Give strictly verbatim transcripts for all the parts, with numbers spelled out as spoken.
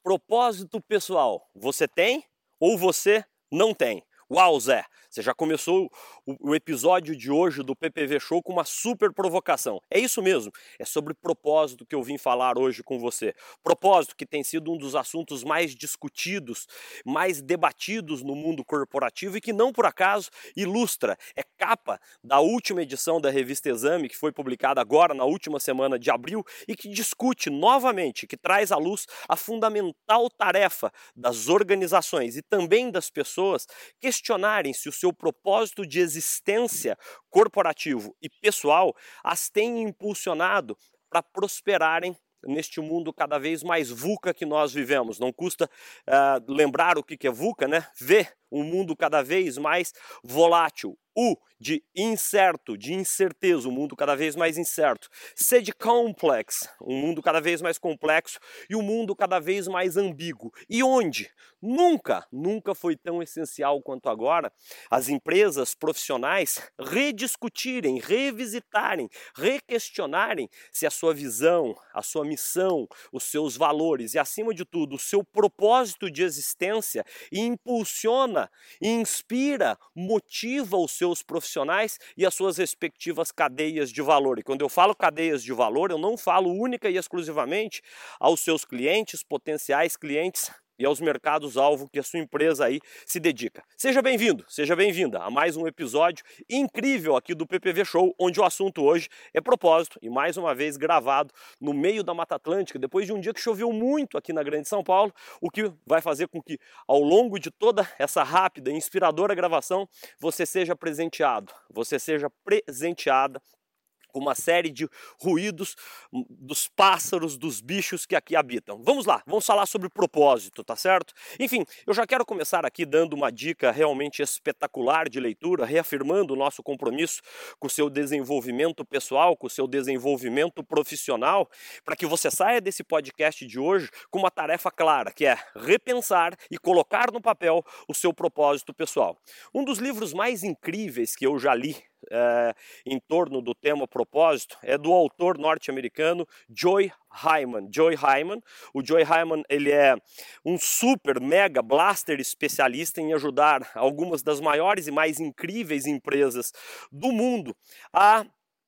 Propósito pessoal, você tem ou você não tem? Uau, Zé! Você já começou o, o episódio de hoje do P P V Show com uma super provocação. É isso mesmo, é sobre propósito que eu vim falar hoje com você. Propósito que tem sido um dos assuntos mais discutidos, mais debatidos no mundo corporativo e que não por acaso ilustra, é capa da última edição da revista Exame, que foi publicada agora na última semana de abril e que discute novamente, que traz à luz a fundamental tarefa das organizações e também das pessoas questionarem se o seu propósito de existência corporativo e pessoal as tem impulsionado para prosperarem neste mundo cada vez mais VUCA que nós vivemos. Não custa uh, lembrar o que é VUCA, né? Ver um mundo cada vez mais volátil. U de incerto, de incerteza, um mundo cada vez mais incerto. C de complex, um mundo cada vez mais complexo e um mundo cada vez mais ambíguo. E onde? Nunca, nunca foi tão essencial quanto agora as empresas profissionais rediscutirem, revisitarem, requestionarem se a sua visão, a sua missão, os seus valores e, acima de tudo, o seu propósito de existência impulsiona, inspira, motiva os seus profissionais e as suas respectivas cadeias de valor. E quando eu falo cadeias de valor, eu não falo única e exclusivamente aos seus clientes, potenciais clientes e aos mercados-alvo que a sua empresa aí se dedica. Seja bem-vindo, seja bem-vinda a mais um episódio incrível aqui do P P V Show, onde o assunto hoje é propósito e mais uma vez gravado no meio da Mata Atlântica, depois de um dia que choveu muito aqui na Grande São Paulo, o que vai fazer com que ao longo de toda essa rápida e inspiradora gravação você seja presenteado, você seja presenteada com uma série de ruídos dos pássaros, dos bichos que aqui habitam. Vamos lá, vamos falar sobre propósito, tá certo? Enfim, eu já quero começar aqui dando uma dica realmente espetacular de leitura, reafirmando o nosso compromisso com o seu desenvolvimento pessoal, com o seu desenvolvimento profissional, para que você saia desse podcast de hoje com uma tarefa clara, que é repensar e colocar no papel o seu propósito pessoal. Um dos livros mais incríveis que eu já li É, em torno do tema propósito é do autor norte-americano Joy Hyman. Joy Hyman. O Joy Hyman, ele é um super mega blaster especialista em ajudar algumas das maiores e mais incríveis empresas do mundo a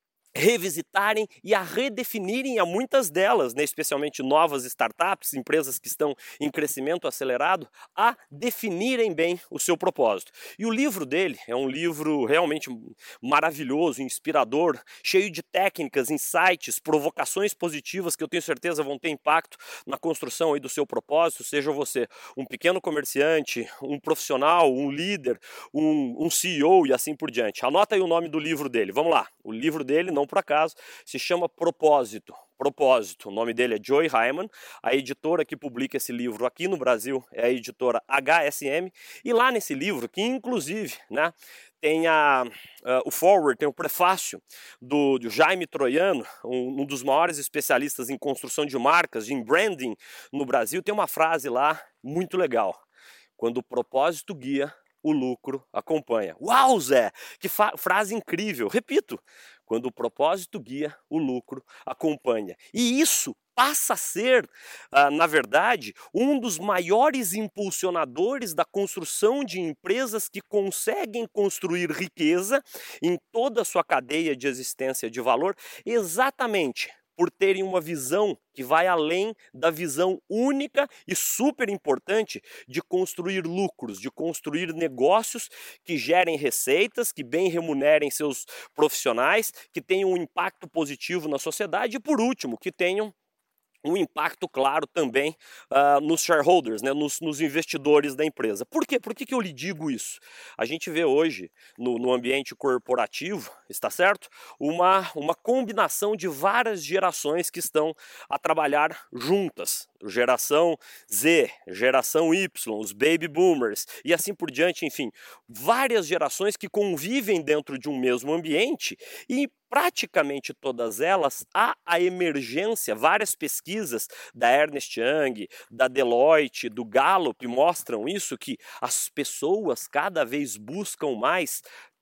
revisitarem e a redefinirem a muitas delas, né, especialmente novas startups, empresas que estão em crescimento acelerado, a definirem bem o seu propósito. E o livro dele é um livro realmente maravilhoso, inspirador, cheio de técnicas, insights, provocações positivas que eu tenho certeza vão ter impacto na construção aí do seu propósito, seja você um pequeno comerciante, um profissional, um líder, um, um C E O e assim por diante. Anota aí o nome do livro dele, vamos lá. O livro dele, não por acaso, se chama Propósito. Propósito. O nome dele é Joy Hyman. A editora que publica esse livro aqui no Brasil é a editora H S M. E lá nesse livro, que inclusive, né, tem a, uh, o forward, tem o prefácio do, do Jaime Troiano, um, um dos maiores especialistas em construção de marcas, em branding no Brasil, tem uma frase lá muito legal. Quando o propósito guia, o lucro acompanha. Uau, Zé! Que frase incrível! Repito, quando o propósito guia, o lucro acompanha. E isso passa a ser, ah, na verdade, um dos maiores impulsionadores da construção de empresas que conseguem construir riqueza em toda a sua cadeia de existência de valor, exatamente por terem uma visão que vai além da visão única e super importante de construir lucros, de construir negócios que gerem receitas, que bem remunerem seus profissionais, que tenham um impacto positivo na sociedade e, por último, que tenham um impacto claro também uh, nos shareholders, né, nos, nos investidores da empresa. Por quê? Por que, que eu lhe digo isso? A gente vê hoje no, no ambiente corporativo, está certo? Uma, uma combinação de várias gerações que estão a trabalhar juntas. Geração Z, geração Y, os baby boomers e assim por diante, enfim, várias gerações que convivem dentro de um mesmo ambiente e praticamente todas elas há a emergência, várias pesquisas da Ernst Young, da Deloitte, do Gallup mostram isso, que as pessoas cada vez buscam mais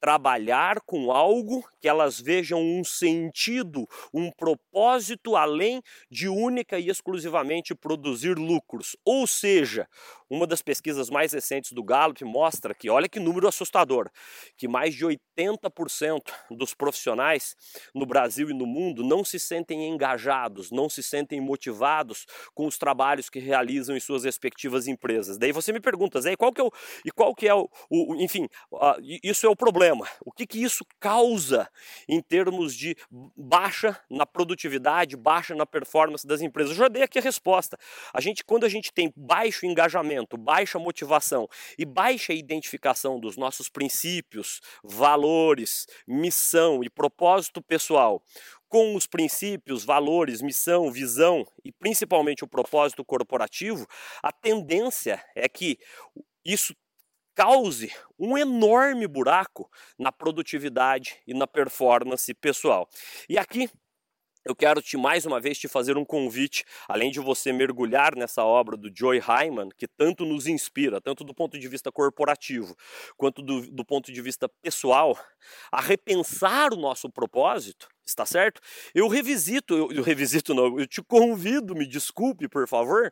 trabalhar com algo que elas vejam um sentido, um propósito além de única e exclusivamente produzir lucros. Ou seja, uma das pesquisas mais recentes do Gallup mostra que, olha que número assustador, que mais de oitenta por cento dos profissionais no Brasil e no mundo não se sentem engajados, não se sentem motivados com os trabalhos que realizam em suas respectivas empresas. Daí você me pergunta, Zé, e qual que é o, e qual que é o, o enfim, uh, isso é o problema. O que que isso causa em termos de baixa na produtividade, baixa na performance das empresas? Eu já dei aqui a resposta. A gente, quando a gente tem baixo engajamento, baixa motivação e baixa identificação dos nossos princípios, valores, missão e propósito pessoal com os princípios, valores, missão, visão e principalmente o propósito corporativo, a tendência é que isso cause um enorme buraco na produtividade e na performance pessoal. E aqui eu quero te mais uma vez te fazer um convite, além de você mergulhar nessa obra do Joe Hyman, que tanto nos inspira, tanto do ponto de vista corporativo, quanto do, do ponto de vista pessoal, a repensar o nosso propósito. Está certo? Eu revisito, eu, eu revisito não, eu te convido, me desculpe por favor,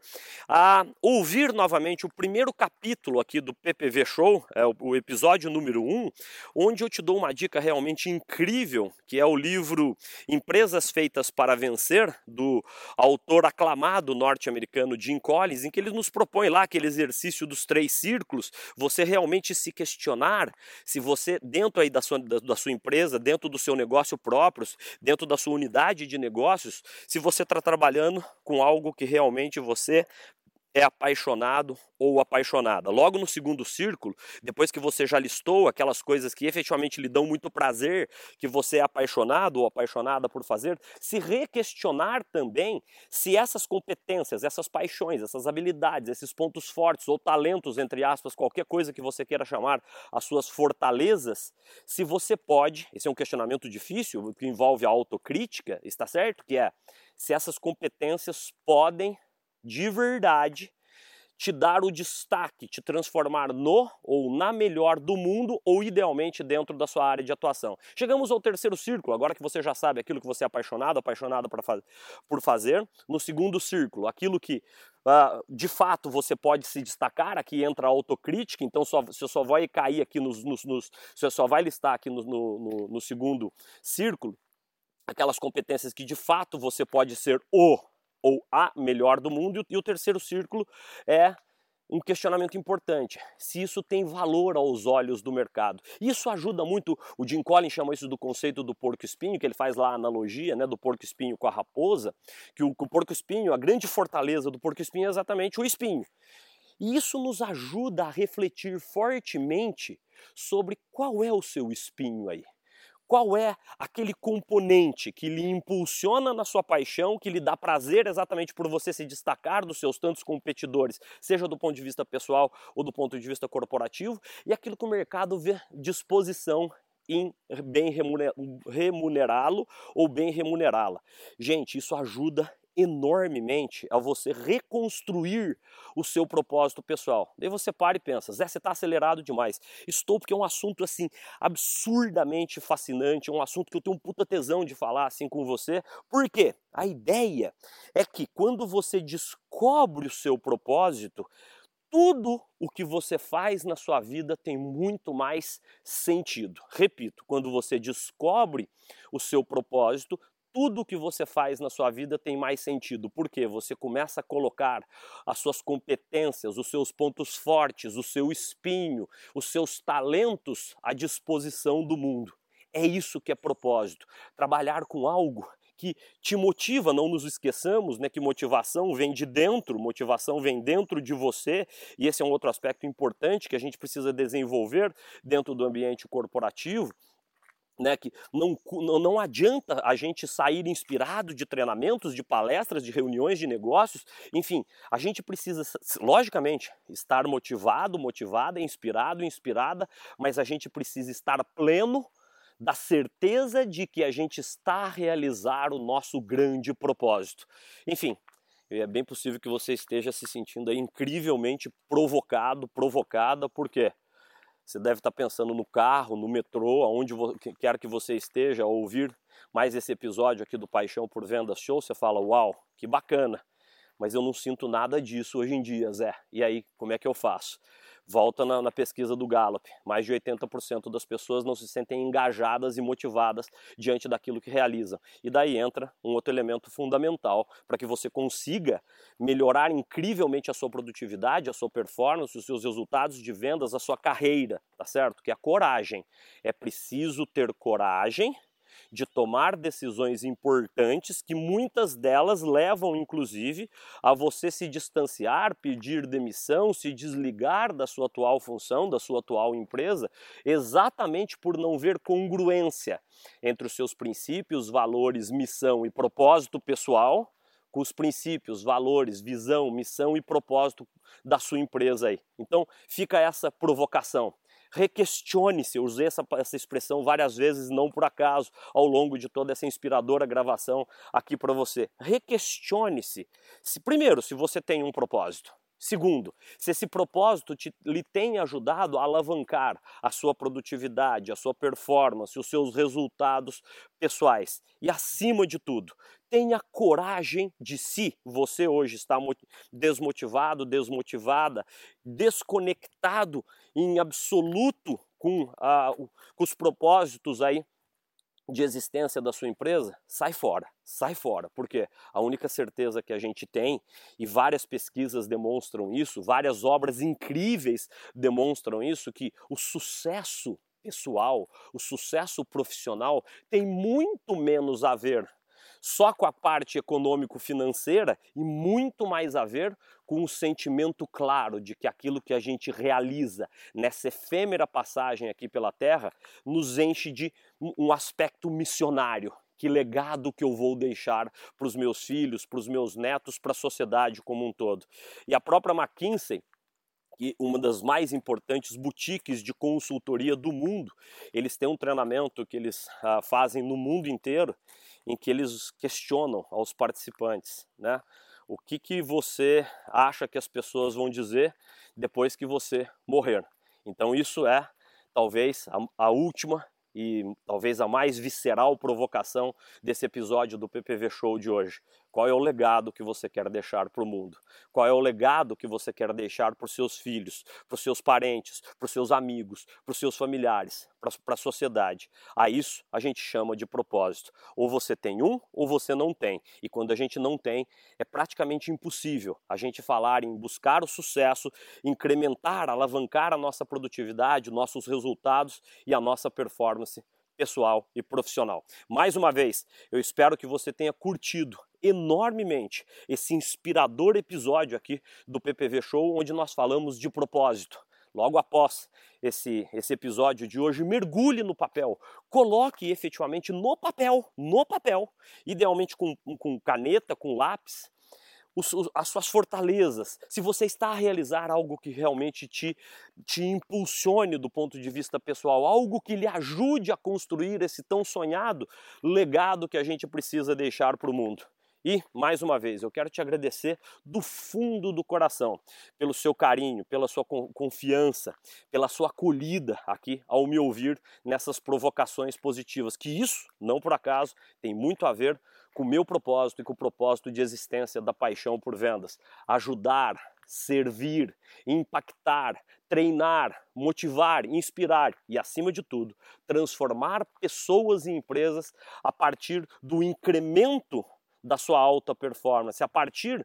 a ouvir novamente o primeiro capítulo aqui do P P V Show, é o, o episódio número um, onde eu te dou uma dica realmente incrível, que é o livro Empresas Feitas para Vencer, do autor aclamado norte-americano Jim Collins, em que ele nos propõe lá aquele exercício dos três círculos, você realmente se questionar se você, dentro aí da sua, da, da sua empresa, dentro do seu negócio próprio, dentro da sua unidade de negócios, se você está trabalhando com algo que realmente você é apaixonado ou apaixonada. Logo no segundo círculo, depois que você já listou aquelas coisas que efetivamente lhe dão muito prazer, que você é apaixonado ou apaixonada por fazer, se requestionar também se essas competências, essas paixões, essas habilidades, esses pontos fortes ou talentos, entre aspas, qualquer coisa que você queira chamar as suas fortalezas, se você pode, esse é um questionamento difícil, que envolve a autocrítica, está certo? Que é, se essas competências podem de verdade te dar o destaque, te transformar no ou na melhor do mundo ou idealmente dentro da sua área de atuação. Chegamos ao terceiro círculo, agora que você já sabe aquilo que você é apaixonado, apaixonada por fazer. No segundo círculo, aquilo que uh, de fato você pode se destacar, aqui entra a autocrítica, então só, você só vai cair aqui nos, nos, nos você só vai listar aqui no, no, no, no segundo círculo aquelas competências que de fato você pode ser o ou a melhor do mundo, e o terceiro círculo é um questionamento importante, se isso tem valor aos olhos do mercado. Isso ajuda muito, o Jim Collins chama isso do conceito do porco-espinho, que ele faz lá a analogia, né, do porco-espinho com a raposa, que o, o porco-espinho, a grande fortaleza do porco-espinho é exatamente o espinho. E isso nos ajuda a refletir fortemente sobre qual é o seu espinho aí. Qual é aquele componente que lhe impulsiona na sua paixão, que lhe dá prazer exatamente por você se destacar dos seus tantos competidores, seja do ponto de vista pessoal ou do ponto de vista corporativo, e aquilo que o mercado vê disposição em bem remunerá-lo ou bem remunerá-la. Gente, isso ajuda enormemente a você reconstruir o seu propósito pessoal. Daí você para e pensa, Zé, você está acelerado demais. Estou, porque é um assunto assim absurdamente fascinante, é um assunto que eu tenho um puta tesão de falar assim com você. Por quê? A ideia é que quando você descobre o seu propósito, tudo o que você faz na sua vida tem muito mais sentido. Repito, quando você descobre o seu propósito, tudo que você faz na sua vida tem mais sentido, porque você começa a colocar as suas competências, os seus pontos fortes, o seu espinho, os seus talentos à disposição do mundo. É isso que é propósito, trabalhar com algo que te motiva, não nos esqueçamos, né, que motivação vem de dentro, motivação vem dentro de você, e esse é um outro aspecto importante que a gente precisa desenvolver dentro do ambiente corporativo. Né, que não, não adianta a gente sair inspirado de treinamentos, de palestras, de reuniões de negócios, enfim, a gente precisa, logicamente, estar motivado, motivada, inspirado, inspirada, mas a gente precisa estar pleno da certeza de que a gente está a realizar o nosso grande propósito. Enfim, é bem possível que você esteja se sentindo aí incrivelmente provocado, provocada, por quê? Você deve estar pensando no carro, no metrô, aonde quer que você esteja, ao ouvir mais esse episódio aqui do Paixão por Vendas Show, você fala, uau, que bacana, mas eu não sinto nada disso hoje em dia, Zé. E aí, como é que eu faço? Volta na, na pesquisa do Gallup, mais de oitenta por cento das pessoas não se sentem engajadas e motivadas diante daquilo que realizam. E daí entra um outro elemento fundamental para que você consiga melhorar incrivelmente a sua produtividade, a sua performance, os seus resultados de vendas, a sua carreira, tá certo? Que é a coragem. É preciso ter coragem de tomar decisões importantes que muitas delas levam, inclusive, a você se distanciar, pedir demissão, se desligar da sua atual função, da sua atual empresa, exatamente por não ver congruência entre os seus princípios, valores, missão e propósito pessoal, com os princípios, valores, visão, missão e propósito da sua empresa aí. Então, fica essa provocação. Requestione-se, eu usei essa, essa expressão várias vezes, não por acaso, ao longo de toda essa inspiradora gravação aqui para você. Requestione-se. Se, primeiro, se você tem um propósito. Segundo, se esse propósito te, lhe tem ajudado a alavancar a sua produtividade, a sua performance, os seus resultados pessoais. E, acima de tudo, tenha coragem de, se você hoje está desmotivado, desmotivada, desconectado em absoluto com, ah, com os propósitos aí de existência da sua empresa, sai fora, sai fora, porque a única certeza que a gente tem, e várias pesquisas demonstram isso, várias obras incríveis demonstram isso, que o sucesso pessoal, o sucesso profissional tem muito menos a ver só com a parte econômico-financeira e muito mais a ver com um sentimento claro de que aquilo que a gente realiza nessa efêmera passagem aqui pela Terra nos enche de um aspecto missionário. Que legado que eu vou deixar para os meus filhos, para os meus netos, para a sociedade como um todo. E a própria McKinsey, que uma das mais importantes boutiques de consultoria do mundo, eles têm um treinamento que eles ah, fazem no mundo inteiro, em que eles questionam aos participantes, né? O que, que você acha que as pessoas vão dizer depois que você morrer. Então isso é talvez a, a última e talvez a mais visceral provocação desse episódio do P P V Show de hoje. Qual é o legado que você quer deixar para o mundo? Qual é o legado que você quer deixar para os seus filhos, para os seus parentes, para os seus amigos, para os seus familiares, para a sociedade? A isso a gente chama de propósito. Ou você tem um, ou você não tem. E quando a gente não tem, é praticamente impossível a gente falar em buscar o sucesso, incrementar, alavancar a nossa produtividade, nossos resultados e a nossa performance pessoal e profissional. Mais uma vez, eu espero que você tenha curtido enormemente esse inspirador episódio aqui do P P V Show, onde nós falamos de propósito. Logo após esse, esse episódio de hoje, mergulhe no papel, coloque efetivamente no papel, no papel, idealmente com, com caneta, com lápis, Os, as suas fortalezas, se você está a realizar algo que realmente te, te impulsione do ponto de vista pessoal, algo que lhe ajude a construir esse tão sonhado legado que a gente precisa deixar para o mundo. E, mais uma vez, eu quero te agradecer do fundo do coração pelo seu carinho, pela sua confiança, pela sua acolhida aqui ao me ouvir nessas provocações positivas, que isso, não por acaso, tem muito a ver com o meu propósito e com o propósito de existência da Paixão por Vendas. Ajudar, servir, impactar, treinar, motivar, inspirar e, acima de tudo, transformar pessoas e empresas a partir do incremento da sua alta performance, a partir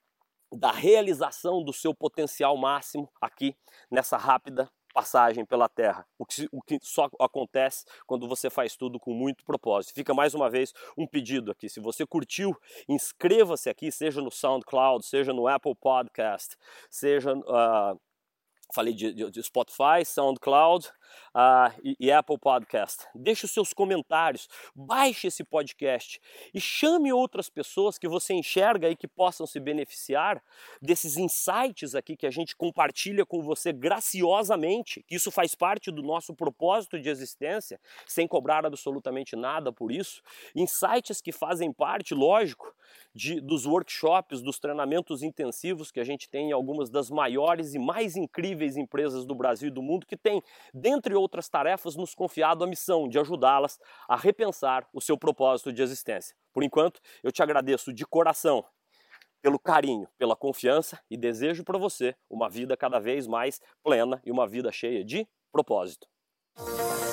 da realização do seu potencial máximo aqui nessa rápida passagem pela Terra, o que, o que só acontece quando você faz tudo com muito propósito. Fica mais uma vez um pedido aqui, se você curtiu, inscreva-se aqui, seja no SoundCloud, seja no Apple Podcast, seja, uh, falei de, de, de Spotify, SoundCloud, uh, e, e Apple Podcast. Deixe os seus comentários, baixe esse podcast e chame outras pessoas que você enxerga e que possam se beneficiar desses insights aqui que a gente compartilha com você graciosamente. Isso faz parte do nosso propósito de existência, sem cobrar absolutamente nada por isso. Insights que fazem parte, lógico, de, dos workshops, dos treinamentos intensivos que a gente tem em algumas das maiores e mais incríveis empresas do Brasil e do mundo, que tem, dentre outras tarefas, nos confiado a missão de ajudá-las a repensar o seu propósito de existência. Por enquanto, eu te agradeço de coração pelo carinho, pela confiança e desejo para você uma vida cada vez mais plena e uma vida cheia de propósito.